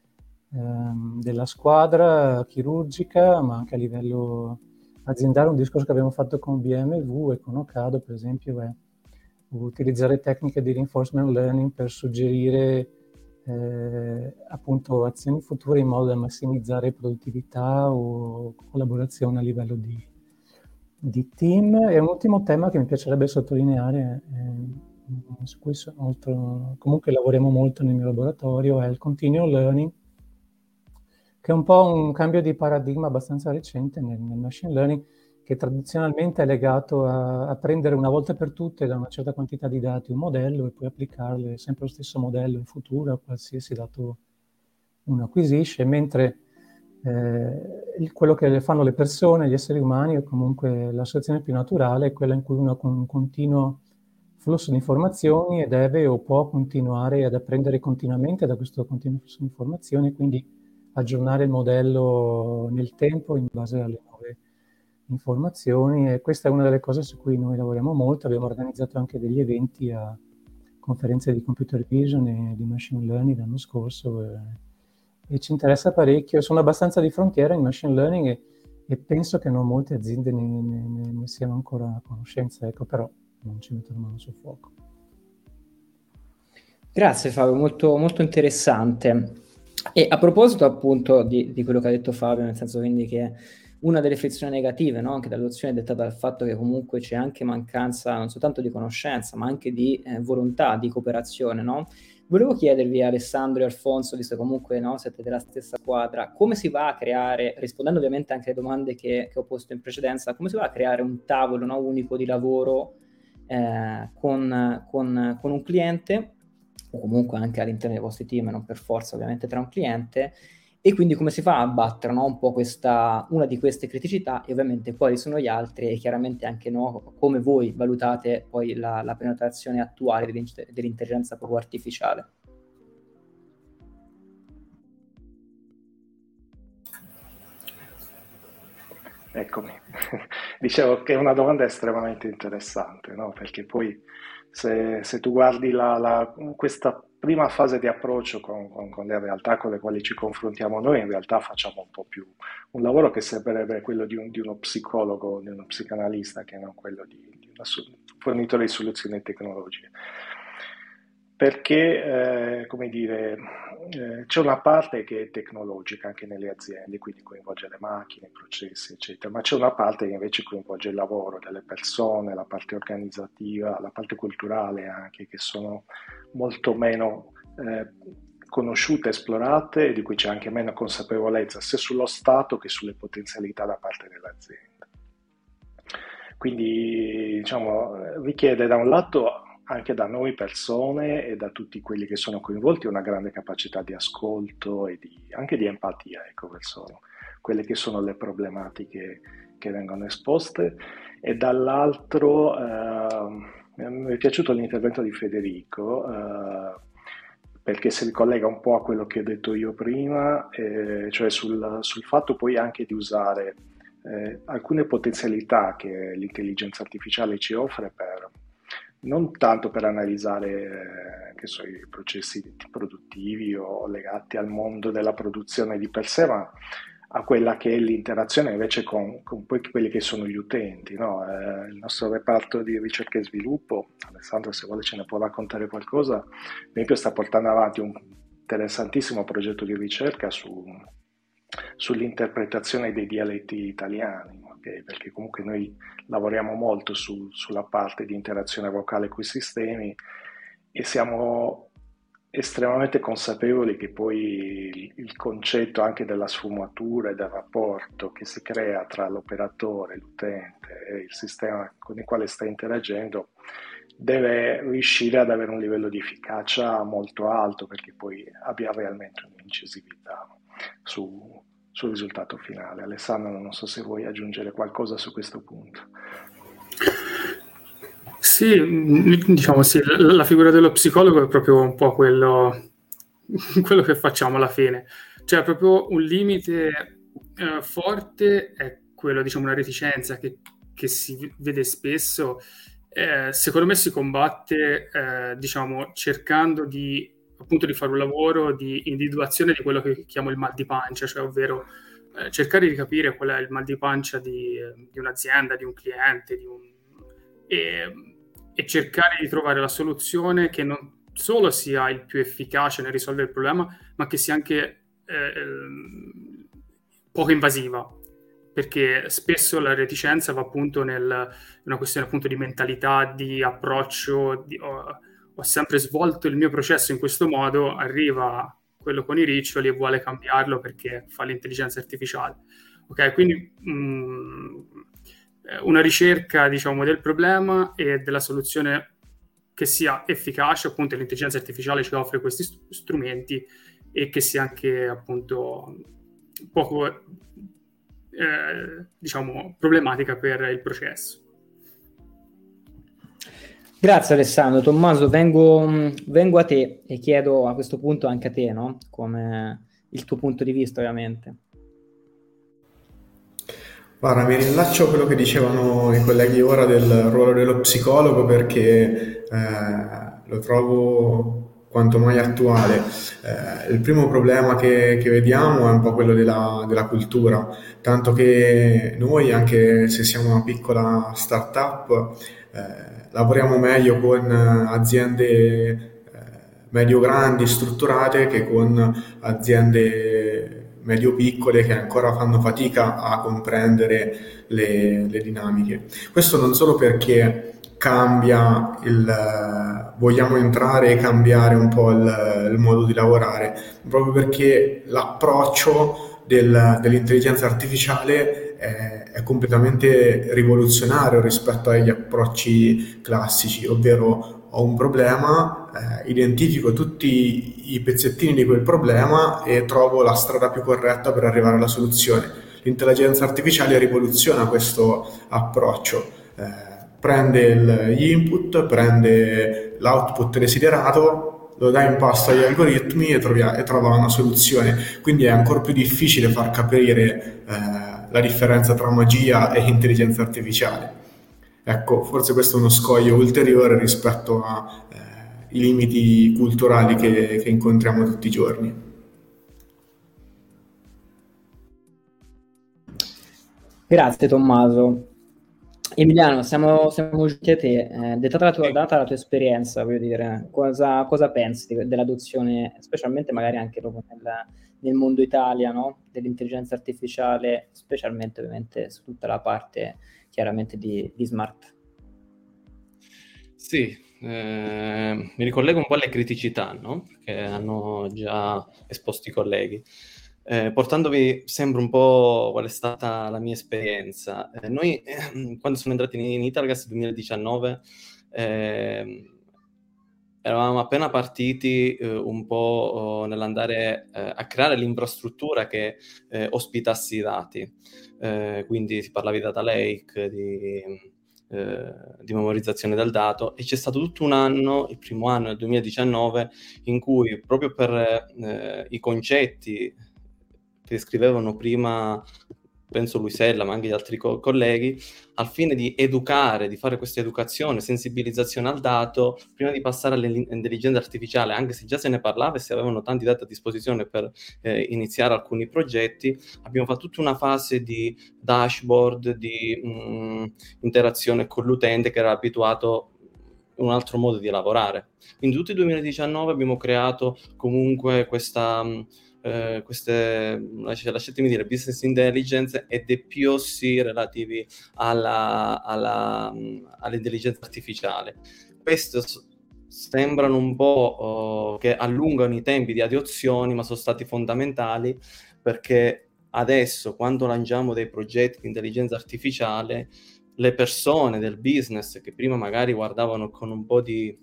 ehm, della squadra chirurgica, ma anche a livello aziendale. Un discorso che abbiamo fatto con B M W e con Ocado, per esempio, è utilizzare tecniche di reinforcement learning per suggerire eh, appunto azioni future in modo da massimizzare produttività o collaborazione a livello di di team. E un ultimo tema che mi piacerebbe sottolineare, eh, su cui molto, comunque lavoriamo molto nel mio laboratorio, è il continual learning, che è un po' un cambio di paradigma abbastanza recente nel, nel machine learning, che tradizionalmente è legato a, a prendere una volta per tutte da una certa quantità di dati un modello e poi applicarle sempre lo stesso modello in futuro a qualsiasi dato uno acquisisce, mentre Eh, quello che fanno le persone, gli esseri umani, o comunque la situazione più naturale è quella in cui uno ha un continuo flusso di informazioni e deve o può continuare ad apprendere continuamente da questo continuo flusso di informazioni e quindi aggiornare il modello nel tempo in base alle nuove informazioni. E questa è una delle cose su cui noi lavoriamo molto. Abbiamo organizzato anche degli eventi a conferenze di computer vision e di machine learning l'anno scorso, eh, e ci interessa parecchio. Sono abbastanza di frontiera in machine learning e, e penso che non molte aziende ne, ne, ne siano ancora a conoscenza, ecco, però non ci metto la mano sul fuoco. Grazie Fabio, molto, molto interessante. E a proposito appunto di, di quello che ha detto Fabio, nel senso quindi che una delle frizioni negative, no, anche dall'adozione è dettata dal fatto che comunque c'è anche mancanza non soltanto di conoscenza, ma anche di eh, volontà, di cooperazione, no? Volevo chiedervi, Alessandro e Alfonso, visto che comunque no, siete della stessa squadra, come si va a creare, rispondendo ovviamente anche alle domande che, che ho posto in precedenza, come si va a creare un tavolo, no, unico di lavoro eh, con, con, con un cliente, o comunque anche all'interno dei vostri team, non per forza ovviamente tra un cliente, e quindi come si fa a battere, no, un po' questa, una di queste criticità, e ovviamente quali sono gli altri, e chiaramente anche no, come voi valutate poi la, la prenotazione attuale dell'in- dell'intelligenza proprio artificiale. Eccomi. Dicevo che è una domanda estremamente interessante, no? Perché poi se, se tu guardi la, la- questa prima fase di approccio con, con- con le realtà con le quali ci confrontiamo noi, in realtà facciamo un po' più un lavoro che sembrerebbe quello di, un- di uno psicologo, di uno psicanalista, che non quello di, di uno su- fornitore di soluzioni tecnologiche. Perché, eh, come dire, eh, c'è una parte che è tecnologica anche nelle aziende, quindi coinvolge le macchine, i processi, eccetera, ma c'è una parte che invece coinvolge il lavoro delle persone, la parte organizzativa, la parte culturale anche, che sono molto meno eh, conosciute, esplorate e di cui c'è anche meno consapevolezza sia sullo stato che sulle potenzialità da parte dell'azienda. Quindi, diciamo, richiede da un lato anche da noi persone e da tutti quelli che sono coinvolti una grande capacità di ascolto e di, anche di empatia, ecco, verso quelle che sono le problematiche che vengono esposte. E dall'altro eh, mi è piaciuto l'intervento di Federico eh, perché si ricollega un po' a quello che ho detto io prima, eh, cioè sul, sul fatto poi anche di usare eh, alcune potenzialità che l'intelligenza artificiale ci offre per non tanto per analizzare eh, che so, i processi produttivi o legati al mondo della produzione di per sé, ma a quella che è l'interazione invece con, con poi quelli che sono gli utenti, no? Eh, il nostro reparto di ricerca e sviluppo, Alessandro se vuole ce ne può raccontare qualcosa, per esempio sta portando avanti un interessantissimo progetto di ricerca su, sull'interpretazione dei dialetti italiani, okay? Perché comunque noi lavoriamo molto su, sulla parte di interazione vocale con i sistemi e siamo estremamente consapevoli che poi il, il concetto anche della sfumatura e del rapporto che si crea tra l'operatore, l'utente e il sistema con il quale sta interagendo deve riuscire ad avere un livello di efficacia molto alto perché poi abbia realmente un'incisività su, sul risultato finale. Alessandro, non so se vuoi aggiungere qualcosa su questo punto. Sì, diciamo sì, la figura dello psicologo è proprio un po' quello, quello che facciamo alla fine. Cioè proprio un limite eh, forte è quello, diciamo, una reticenza che, che si vede spesso. Eh, secondo me si combatte, eh, diciamo, cercando di appunto di fare un lavoro di individuazione di quello che chiamo il mal di pancia, cioè ovvero eh, cercare di capire qual è il mal di pancia di, di un'azienda, di un cliente, di un... E, e cercare di trovare la soluzione che non solo sia il più efficace nel risolvere il problema, ma che sia anche eh, poco invasiva, perché spesso la reticenza va appunto nel una questione appunto di mentalità, di approccio, di, ho, ho sempre svolto il mio processo in questo modo, arriva quello con i riccioli e vuole cambiarlo perché fa l'intelligenza artificiale. Ok, quindi mh, una ricerca, diciamo, del problema e della soluzione che sia efficace, appunto l'intelligenza artificiale ci offre questi st- strumenti e che sia anche appunto poco eh, diciamo problematica per il processo. Grazie Alessandro. Tommaso, vengo, vengo a te e chiedo a questo punto anche a te, no? Come il tuo punto di vista, ovviamente. Guarda, mi rilaccio a quello che dicevano i colleghi ora del ruolo dello psicologo perché eh, lo trovo quanto mai attuale. Eh, il primo problema che, che vediamo è un po' quello della, della cultura, tanto che noi, anche se siamo una piccola startup, eh, lavoriamo meglio con aziende eh, medio-grandi, strutturate, che con aziende medio-piccole che ancora fanno fatica a comprendere le, le dinamiche. Questo non solo perché cambia il, vogliamo entrare e cambiare un po' il, il modo di lavorare, proprio perché l'approccio del, dell'intelligenza artificiale è, è completamente rivoluzionario rispetto agli approcci classici, ovvero ho un problema, eh, identifico tutti i pezzettini di quel problema e trovo la strada più corretta per arrivare alla soluzione. L'intelligenza artificiale rivoluziona questo approccio, eh, prende il, gli input, prende l'output desiderato, lo dà in pasto agli algoritmi e, trovi, e trova una soluzione. Quindi è ancora più difficile far capire eh, la differenza tra magia e intelligenza artificiale. Ecco, forse questo è uno scoglio ulteriore rispetto ai eh, limiti culturali che, che incontriamo tutti i giorni. Grazie Tommaso. Emiliano, siamo, siamo giunti a te. Eh, dettata la tua, data la tua esperienza, voglio dire, cosa, cosa pensi di, dell'adozione, specialmente magari anche proprio nel, nel mondo Italia, no? Dell'intelligenza artificiale, specialmente ovviamente su tutta la parte chiaramente di, di smart? Sì, eh, mi ricollego un po' alle criticità, no? Che hanno già esposto i colleghi. Eh, portandovi sempre un po' qual è stata la mia esperienza. Eh, noi, eh, quando sono entrati in, in Italgas nel duemiladiciannove, eh, eravamo appena partiti eh, un po' oh, nell'andare eh, a creare l'infrastruttura che eh, ospitasse i dati. Eh, quindi si parlava di data lake, di... Eh, di memorizzazione del dato, e c'è stato tutto un anno, il primo anno del duemiladiciannove, in cui proprio per eh, i concetti che descrivevano prima, penso Luisella, ma anche gli altri co- colleghi, al fine di educare, di fare questa educazione, sensibilizzazione al dato, prima di passare all'intelligenza artificiale, anche se già se ne parlava e si avevano tanti dati a disposizione per eh, iniziare alcuni progetti, abbiamo fatto tutta una fase di dashboard, di mh, interazione con l'utente che era abituato a un altro modo di lavorare. In tutto il duemiladiciannove abbiamo creato comunque questa... Mh, Uh, queste, lasciatemi dire, business intelligence e dei P O C relativi alla, alla, all'intelligenza artificiale. Queste sembrano un po' uh, che allungano i tempi di adozione, ma sono stati fondamentali, perché adesso, quando lanciamo dei progetti di intelligenza artificiale, le persone del business che prima magari guardavano con un po' di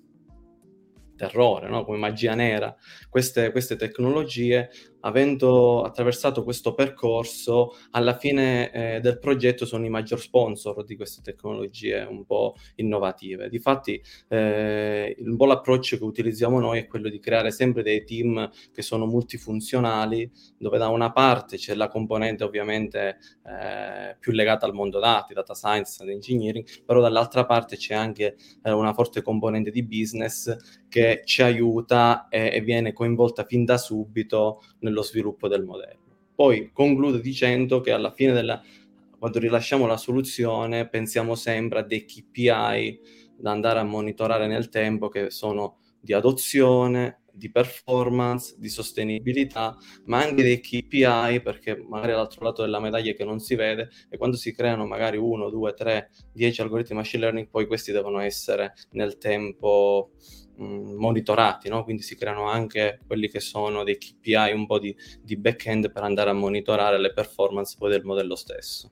terrore, no? Come magia nera, queste, queste tecnologie, avendo attraversato questo percorso, alla fine eh, del progetto sono i maggior sponsor di queste tecnologie un po' innovative. Difatti eh, un po' l'approccio che utilizziamo noi è quello di creare sempre dei team che sono multifunzionali, dove da una parte c'è la componente ovviamente eh, più legata al mondo dati, data science and engineering, però dall'altra parte c'è anche eh, una forte componente di business che ci aiuta e, e viene coinvolta fin da subito nello sviluppo del modello. Poi concludo dicendo che alla fine della, quando rilasciamo la soluzione, pensiamo sempre a dei K P I da andare a monitorare nel tempo, che sono di adozione, di performance, di sostenibilità, ma anche dei K P I, perché magari l'altro lato della medaglia che non si vede, e quando si creano magari uno, due, tre, dieci algoritmi machine learning, poi questi devono essere nel tempo monitorati, no? Quindi si creano anche quelli che sono dei K P I, un po' di, di back-end per andare a monitorare le performance poi del modello stesso.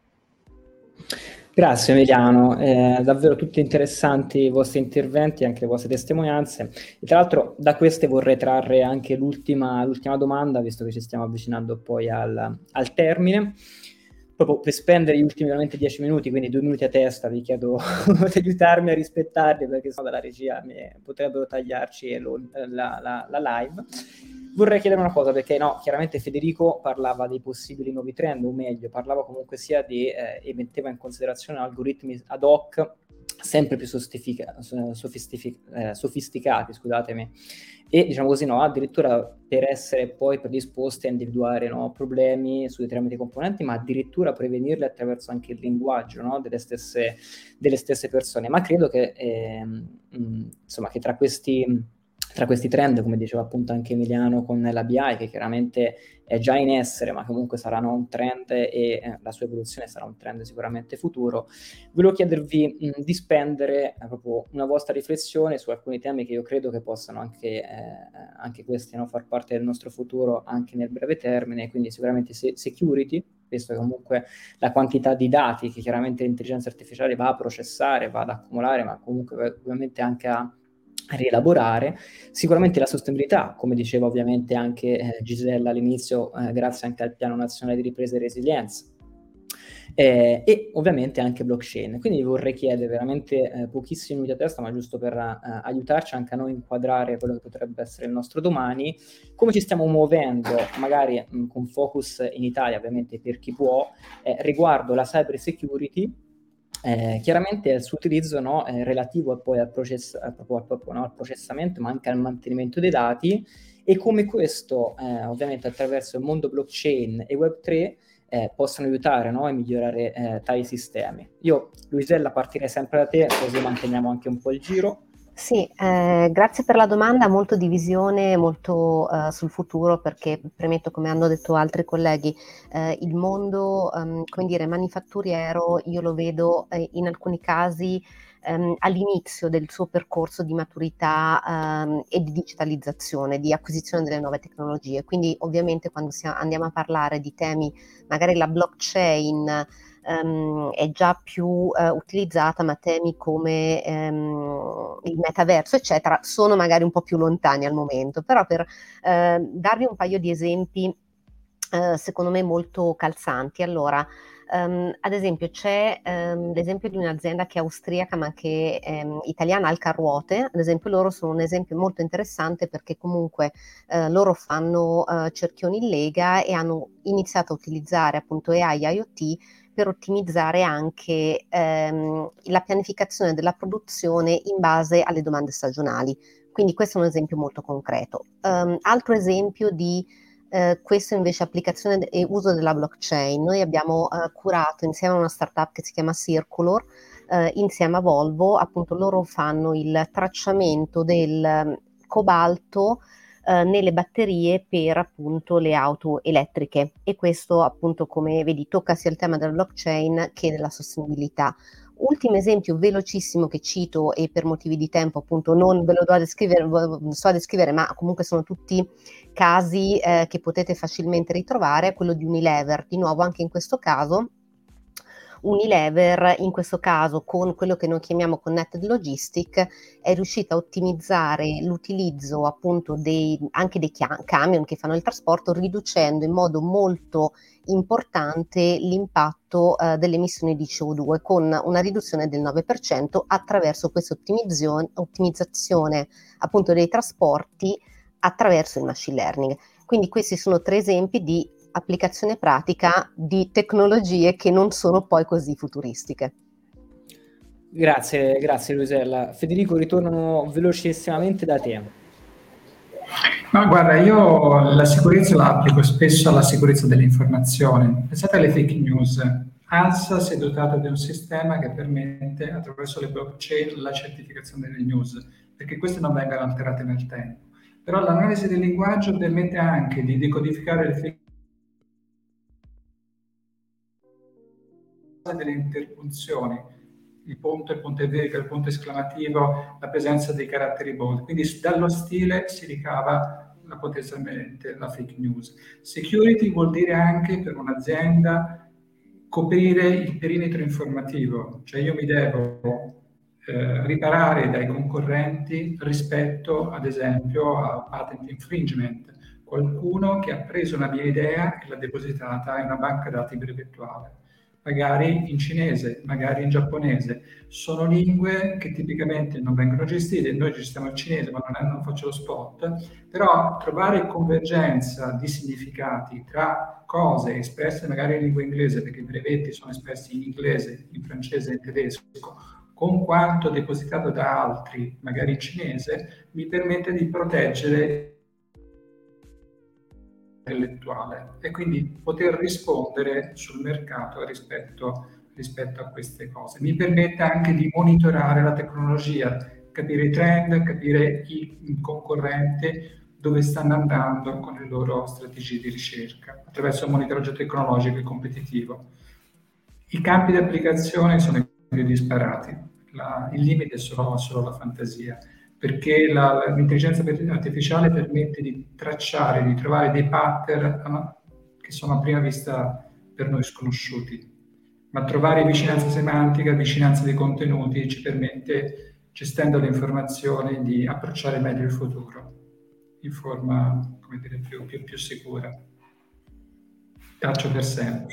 Grazie Emiliano, eh, davvero tutti interessanti i vostri interventi, anche le vostre testimonianze. E tra l'altro da queste vorrei trarre anche l'ultima, l'ultima domanda, visto che ci stiamo avvicinando poi al, al termine. Proprio per spendere gli ultimi veramente dieci minuti, quindi due minuti a testa, vi chiedo di aiutarmi a rispettarli, perché sennò dalla regia mi potrebbero tagliarci lo, la, la, la live. Vorrei chiedere una cosa, perché no, chiaramente Federico parlava dei possibili nuovi trend, o meglio, parlava comunque sia di, eh, e metteva in considerazione algoritmi ad hoc sempre più sofistifica, eh, sofisticati, scusatemi, e diciamo così, no, addirittura per essere poi predisposti a individuare, no, problemi su determinati componenti, ma addirittura prevenirli attraverso anche il linguaggio, no, delle stesse, delle stesse persone. Ma credo che, eh, mh, insomma, che tra questi tra questi trend, come diceva appunto anche Emiliano con l'A B I, che chiaramente è già in essere, ma comunque sarà no, un trend e eh, la sua evoluzione sarà un trend sicuramente futuro, volevo chiedervi mh, di spendere eh, proprio una vostra riflessione su alcuni temi che io credo che possano anche, eh, anche questi no, far parte del nostro futuro anche nel breve termine, quindi sicuramente se- security, visto che comunque la quantità di dati che chiaramente l'intelligenza artificiale va a processare, va ad accumulare, ma comunque va ovviamente anche a rielaborare, sicuramente la sostenibilità, come diceva ovviamente anche eh, Gisella all'inizio, eh, grazie anche al Piano Nazionale di Ripresa e Resilienza, eh, e ovviamente anche blockchain. Quindi vi vorrei chiedere veramente eh, pochissimi minuti a testa, ma giusto per eh, aiutarci anche a noi inquadrare quello che potrebbe essere il nostro domani, come ci stiamo muovendo, magari mh, con focus in Italia, ovviamente per chi può, eh, riguardo la cyber security. Eh, chiaramente il suo utilizzo no, è relativo poi al, process- al, proprio, proprio, no, al processamento, ma anche al mantenimento dei dati, e come questo eh, ovviamente attraverso il mondo blockchain e web tre eh, possono aiutare no, a migliorare eh, tali sistemi. Io, Luisella, partirei sempre da te, così manteniamo anche un po' il giro. Sì, eh, grazie per la domanda, molto di visione, molto uh, sul futuro, perché premetto, come hanno detto altri colleghi, eh, il mondo, um, come dire, manifatturiero, io lo vedo eh, in alcuni casi um, all'inizio del suo percorso di maturità um, e di digitalizzazione, di acquisizione delle nuove tecnologie. Quindi ovviamente quando si, andiamo a parlare di temi, magari la blockchain, Um, è già più uh, utilizzata, ma temi come um, il metaverso eccetera sono magari un po' più lontani al momento, però per uh, darvi un paio di esempi uh, secondo me molto calzanti. Allora, um, ad esempio c'è um, l'esempio di un'azienda che è austriaca ma che è um, italiana, Alcaruote, ad esempio loro sono un esempio molto interessante perché comunque uh, loro fanno uh, cerchioni in lega e hanno iniziato a utilizzare appunto A I, IoT per ottimizzare anche ehm, la pianificazione della produzione in base alle domande stagionali. Quindi questo è un esempio molto concreto. Um, altro esempio di eh, questo invece applicazione e uso della blockchain. Noi abbiamo eh, curato insieme a una startup che si chiama Circulor, eh, insieme a Volvo, appunto loro fanno il tracciamento del cobalto Uh, nelle batterie per appunto le auto elettriche, e questo appunto, come vedi, tocca sia il tema della blockchain che della sostenibilità. Ultimo esempio velocissimo che cito, e per motivi di tempo appunto non ve lo do a descrivere, sto a descrivere, ma comunque sono tutti casi eh, che potete facilmente ritrovare, è quello di Unilever. Di nuovo anche in questo caso Unilever, in questo caso con quello che noi chiamiamo Connected Logistic, è riuscita a ottimizzare l'utilizzo appunto dei, anche dei camion che fanno il trasporto, riducendo in modo molto importante l'impatto eh, delle emissioni di C O due, con una riduzione del nove per cento attraverso questa ottimizzazione appunto dei trasporti attraverso il machine learning. Quindi questi sono tre esempi di applicazione pratica di tecnologie che non sono poi così futuristiche. Grazie, grazie Luisella. Federico, ritorno velocissimamente da te. Ma guarda, io la sicurezza la applico spesso alla sicurezza dell'informazione. Pensate alle fake news. ANSA si è dotata di un sistema che permette attraverso le blockchain la certificazione delle news, perché queste non vengano alterate nel tempo. Però l'analisi del linguaggio permette anche di decodificare le fake delle interpunzioni, il punto, il punto e virgola, il punto esclamativo, la presenza dei caratteri bold. Quindi dallo stile si ricava la, potenzialmente la fake news. Security vuol dire anche per un'azienda coprire il perimetro informativo, cioè io mi devo eh, riparare dai concorrenti rispetto ad esempio a patent infringement, qualcuno che ha preso una mia idea e l'ha depositata in una banca dati brevettuale, magari in cinese, magari in giapponese. Sono lingue che tipicamente non vengono gestite, noi gestiamo il cinese ma non, è, non faccio lo spot, però trovare convergenza di significati tra cose espresse magari in lingua inglese, perché i brevetti sono espressi in inglese, in francese e in tedesco, con quanto depositato da altri, magari in cinese, mi permette di proteggere intellettuale e quindi poter rispondere sul mercato rispetto, rispetto a queste cose. Mi permette anche di monitorare la tecnologia capire i trend, capire i concorrenti, dove stanno andando con le loro strategie di ricerca, attraverso un monitoraggio tecnologico e competitivo. I campi di applicazione sono i più disparati, la, il limite è solo, solo la fantasia, perché la, l'intelligenza artificiale permette di tracciare, di trovare dei pattern che sono a prima vista per noi sconosciuti, ma trovare vicinanza semantica, vicinanza dei contenuti ci permette, gestendo le informazioni, di approcciare meglio il futuro in forma, come dire, più, più, più sicura. Taccio per sempre.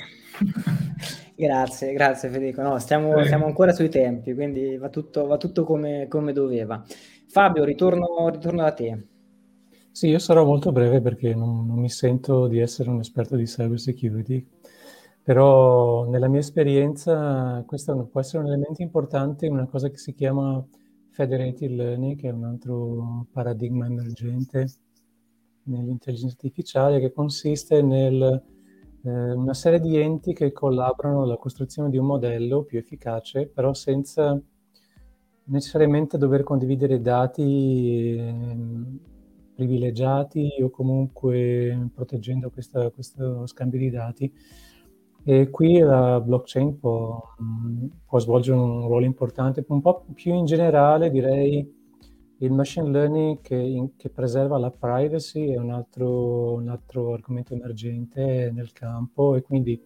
Grazie, grazie Federico. No, stiamo, stiamo ancora sui tempi, quindi va tutto, va tutto come, come doveva. Fabio, ritorno, ritorno da te. Sì, io sarò molto breve perché non, non mi sento di essere un esperto di cyber security, però nella mia esperienza questo può essere un elemento importante in una cosa che si chiama federated learning, che è un altro paradigma emergente nell'intelligenza artificiale, che consiste nel eh, una serie di enti che collaborano alla costruzione di un modello più efficace, però senza necessariamente dover condividere dati eh, privilegiati o comunque proteggendo questa, questo scambio di dati. E qui la blockchain può, può svolgere un ruolo importante, un po' più in generale direi il machine learning che, in, che preserva la privacy è un altro, un altro argomento emergente nel campo, e quindi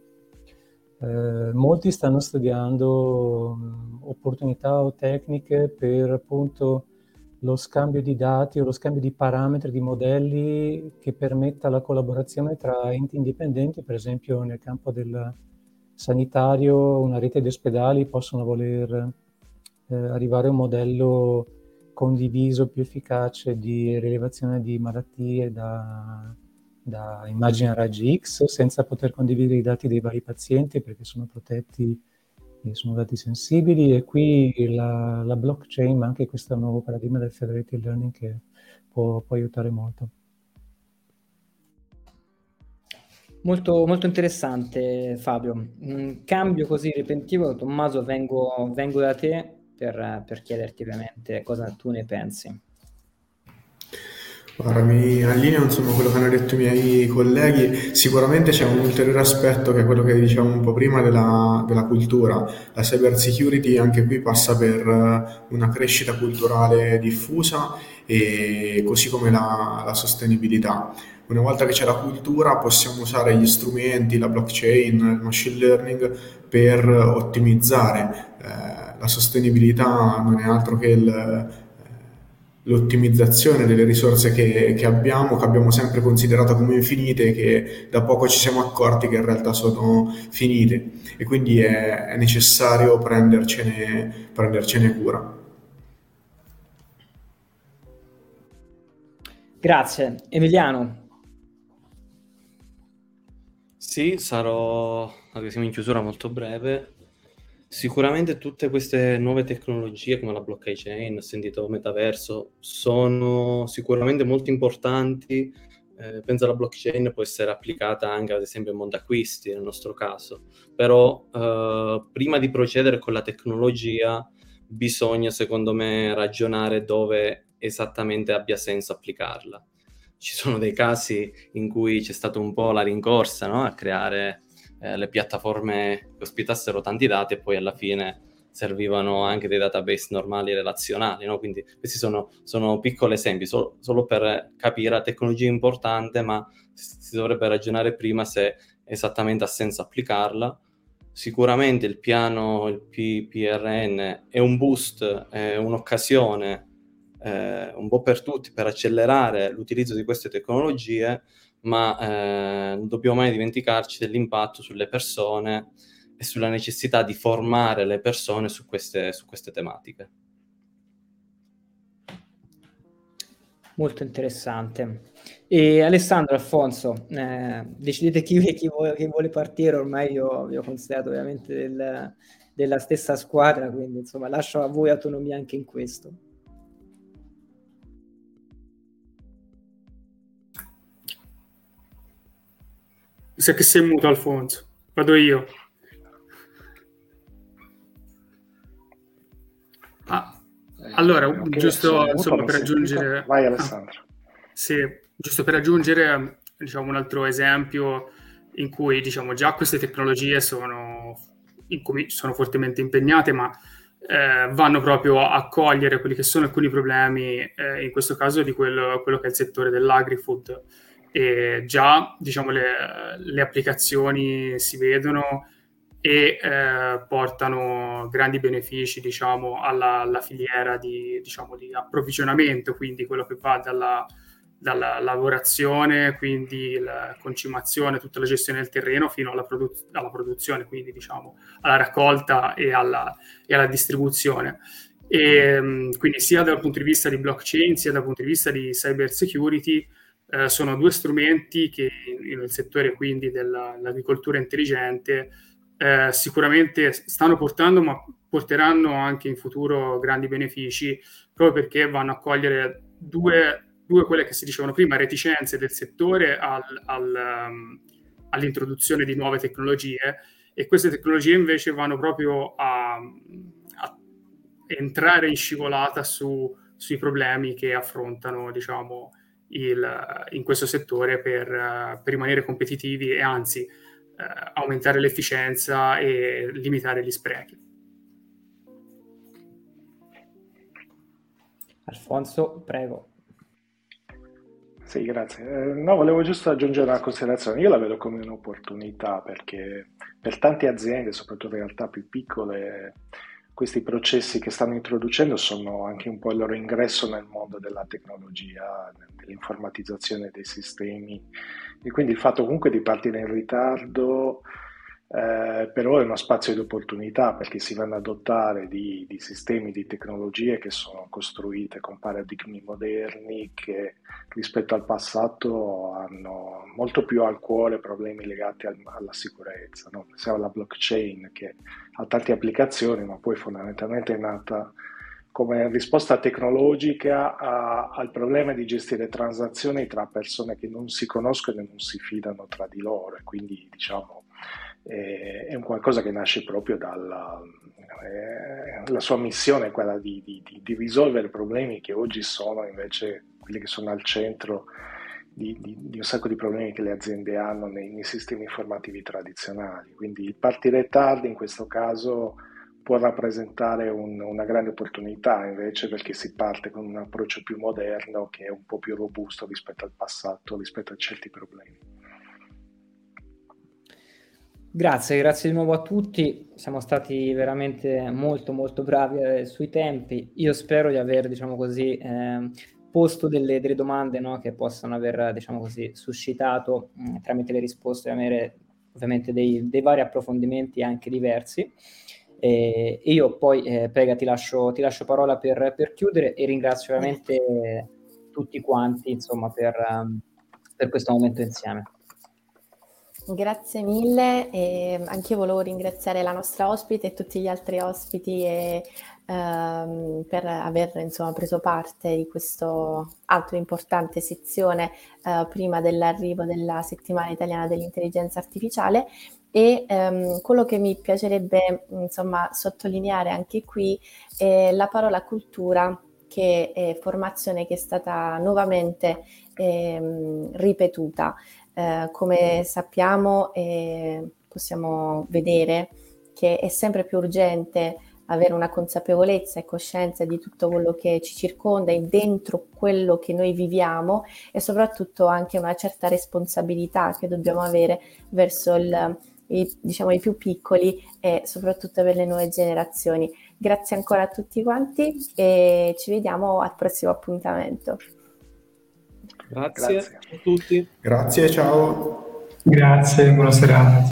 eh, molti stanno studiando mh, opportunità o tecniche per appunto lo scambio di dati o lo scambio di parametri, di modelli che permetta la collaborazione tra enti indipendenti. Per esempio nel campo del sanitario una rete di ospedali possono voler eh, arrivare a un modello condiviso più efficace di rilevazione di malattie da, da immagini a raggi X senza poter condividere i dati dei vari pazienti perché sono protetti e sono dati sensibili, e qui la, la blockchain, ma anche questo nuovo paradigma del federated learning che può, può aiutare molto. Molto, molto interessante Fabio. Un cambio così repentino, Tommaso, vengo, vengo da te per, per chiederti ovviamente cosa tu ne pensi. Guarda, mi allineo insomma quello che hanno detto i miei colleghi. Sicuramente c'è un ulteriore aspetto che è quello che dicevamo un po' prima della, della cultura. La cyber security anche qui passa per una crescita culturale diffusa, e così come la, la sostenibilità. Una volta che c'è la cultura possiamo usare gli strumenti, la blockchain, il machine learning per ottimizzare. Eh, la sostenibilità non è altro che il l'ottimizzazione delle risorse che, che abbiamo, che abbiamo sempre considerato come infinite e che da poco ci siamo accorti che in realtà sono finite, e quindi è, è necessario prendercene, prendercene cura. Grazie. Emiliano. Sì, sarò, siamo in chiusura, molto breve. Sicuramente tutte queste nuove tecnologie come la blockchain, ho sentito metaverso, sono sicuramente molto importanti. Eh, penso la blockchain può essere applicata anche ad esempio in mondo acquisti nel nostro caso, però eh, prima di procedere con la tecnologia bisogna secondo me ragionare dove esattamente abbia senso applicarla. Ci sono dei casi in cui c'è stata un po' la rincorsa, no? A creare Eh, le piattaforme che ospitassero tanti dati e poi alla fine servivano anche dei database normali relazionali, no? Quindi questi sono, sono piccoli esempi, solo, solo per capire la tecnologia è importante, ma si dovrebbe ragionare prima se esattamente ha senso applicarla. Sicuramente il piano, il P P R N è un boost, è un'occasione eh, un po' per tutti per accelerare l'utilizzo di queste tecnologie, ma eh, non dobbiamo mai dimenticarci dell'impatto sulle persone e sulla necessità di formare le persone su queste, su queste tematiche. Molto interessante. E Alessandro, Alfonso, eh, decidete chi, chi, vuole, chi vuole partire. Ormai io vi ho considerato ovviamente del, della stessa squadra, quindi insomma lascio a voi autonomia anche in questo. Sa che sei muto, Alfonso. Vado io. Ah, Allora, Ok, giusto sono muto, insomma mi per sentite? aggiungere, Vai ah, Alessandro. sì, giusto per aggiungere, diciamo, un altro esempio in cui, diciamo, già queste tecnologie sono, in cui sono fortemente impegnate, ma eh, vanno proprio a cogliere quelli che sono alcuni problemi, eh, in questo caso di quello, quello che è il settore dell'agri-food. E già, diciamo, le, le applicazioni si vedono e eh, portano grandi benefici, diciamo, alla, alla filiera di, diciamo, di approvvigionamento, quindi quello che va dalla, dalla lavorazione, quindi la concimazione, tutta la gestione del terreno, fino alla, produ- alla produzione, quindi diciamo alla raccolta e alla, e alla distribuzione. E quindi sia dal punto di vista di blockchain, sia dal punto di vista di cyber security, eh, sono due strumenti che nel settore quindi dell'agricoltura intelligente eh, sicuramente stanno portando, ma porteranno anche in futuro grandi benefici, proprio perché vanno a cogliere due, due quelle che si dicevano prima, reticenze del settore al, al, um, all'introduzione di nuove tecnologie, e queste tecnologie invece vanno proprio a, a entrare in scivolata su, sui problemi che affrontano, diciamo, il, in questo settore per, per rimanere competitivi e anzi eh, aumentare l'efficienza e limitare gli sprechi. Alfonso, prego. Sì, grazie. Eh, no, volevo giusto aggiungere una considerazione. Io la vedo come un'opportunità perché per tante aziende, soprattutto in realtà più piccole, questi processi che stanno introducendo sono anche un po' il loro ingresso nel mondo della tecnologia, dell'informatizzazione dei sistemi, e quindi il fatto comunque di partire in ritardo eh, però è uno spazio di opportunità perché si vanno ad adottare di, di sistemi, di tecnologie che sono costruite con paradigmi moderni che rispetto al passato hanno molto più al cuore problemi legati al, alla sicurezza, no? Pensiamo alla blockchain che ha tante applicazioni, ma poi fondamentalmente è nata come risposta tecnologica a, al problema di gestire transazioni tra persone che non si conoscono e non si fidano tra di loro, e quindi diciamo eh, è un qualcosa che nasce proprio dalla eh, la sua missione è quella di, di, di risolvere problemi che oggi sono invece quelli che sono al centro Di, di, di un sacco di problemi che le aziende hanno nei, nei sistemi informativi tradizionali. Quindi il partire tardi in questo caso può rappresentare un, una grande opportunità invece, perché si parte con un approccio più moderno che è un po' più robusto rispetto al passato, rispetto a certi problemi. Grazie, grazie di nuovo a tutti, siamo stati veramente molto molto bravi eh, sui tempi. Io spero di aver, diciamo così, eh, posto delle, delle domande, no, che possano aver, diciamo così, suscitato mh, tramite le risposte, avere ovviamente dei, dei vari approfondimenti anche diversi. E io poi, eh, Pega, ti lascio, ti lascio parola per, per chiudere e ringrazio veramente eh, tutti quanti, insomma, per, um, per questo momento insieme. Grazie mille, e anche io volevo ringraziare la nostra ospite e tutti gli altri ospiti e, ehm, per aver insomma, preso parte di questa altra importante sezione eh, prima dell'arrivo della settimana italiana dell'intelligenza artificiale. E ehm, quello che mi piacerebbe insomma, sottolineare anche qui è la parola cultura, che è formazione che è stata nuovamente ehm, ripetuta. Eh, come sappiamo e possiamo vedere che è sempre più urgente avere una consapevolezza e coscienza di tutto quello che ci circonda e dentro quello che noi viviamo, e soprattutto anche una certa responsabilità che dobbiamo avere verso il, i, diciamo, i più piccoli e soprattutto per le nuove generazioni. Grazie ancora a tutti quanti e ci vediamo al prossimo appuntamento. Grazie, Grazie a tutti. Grazie, ciao. Grazie, buona serata.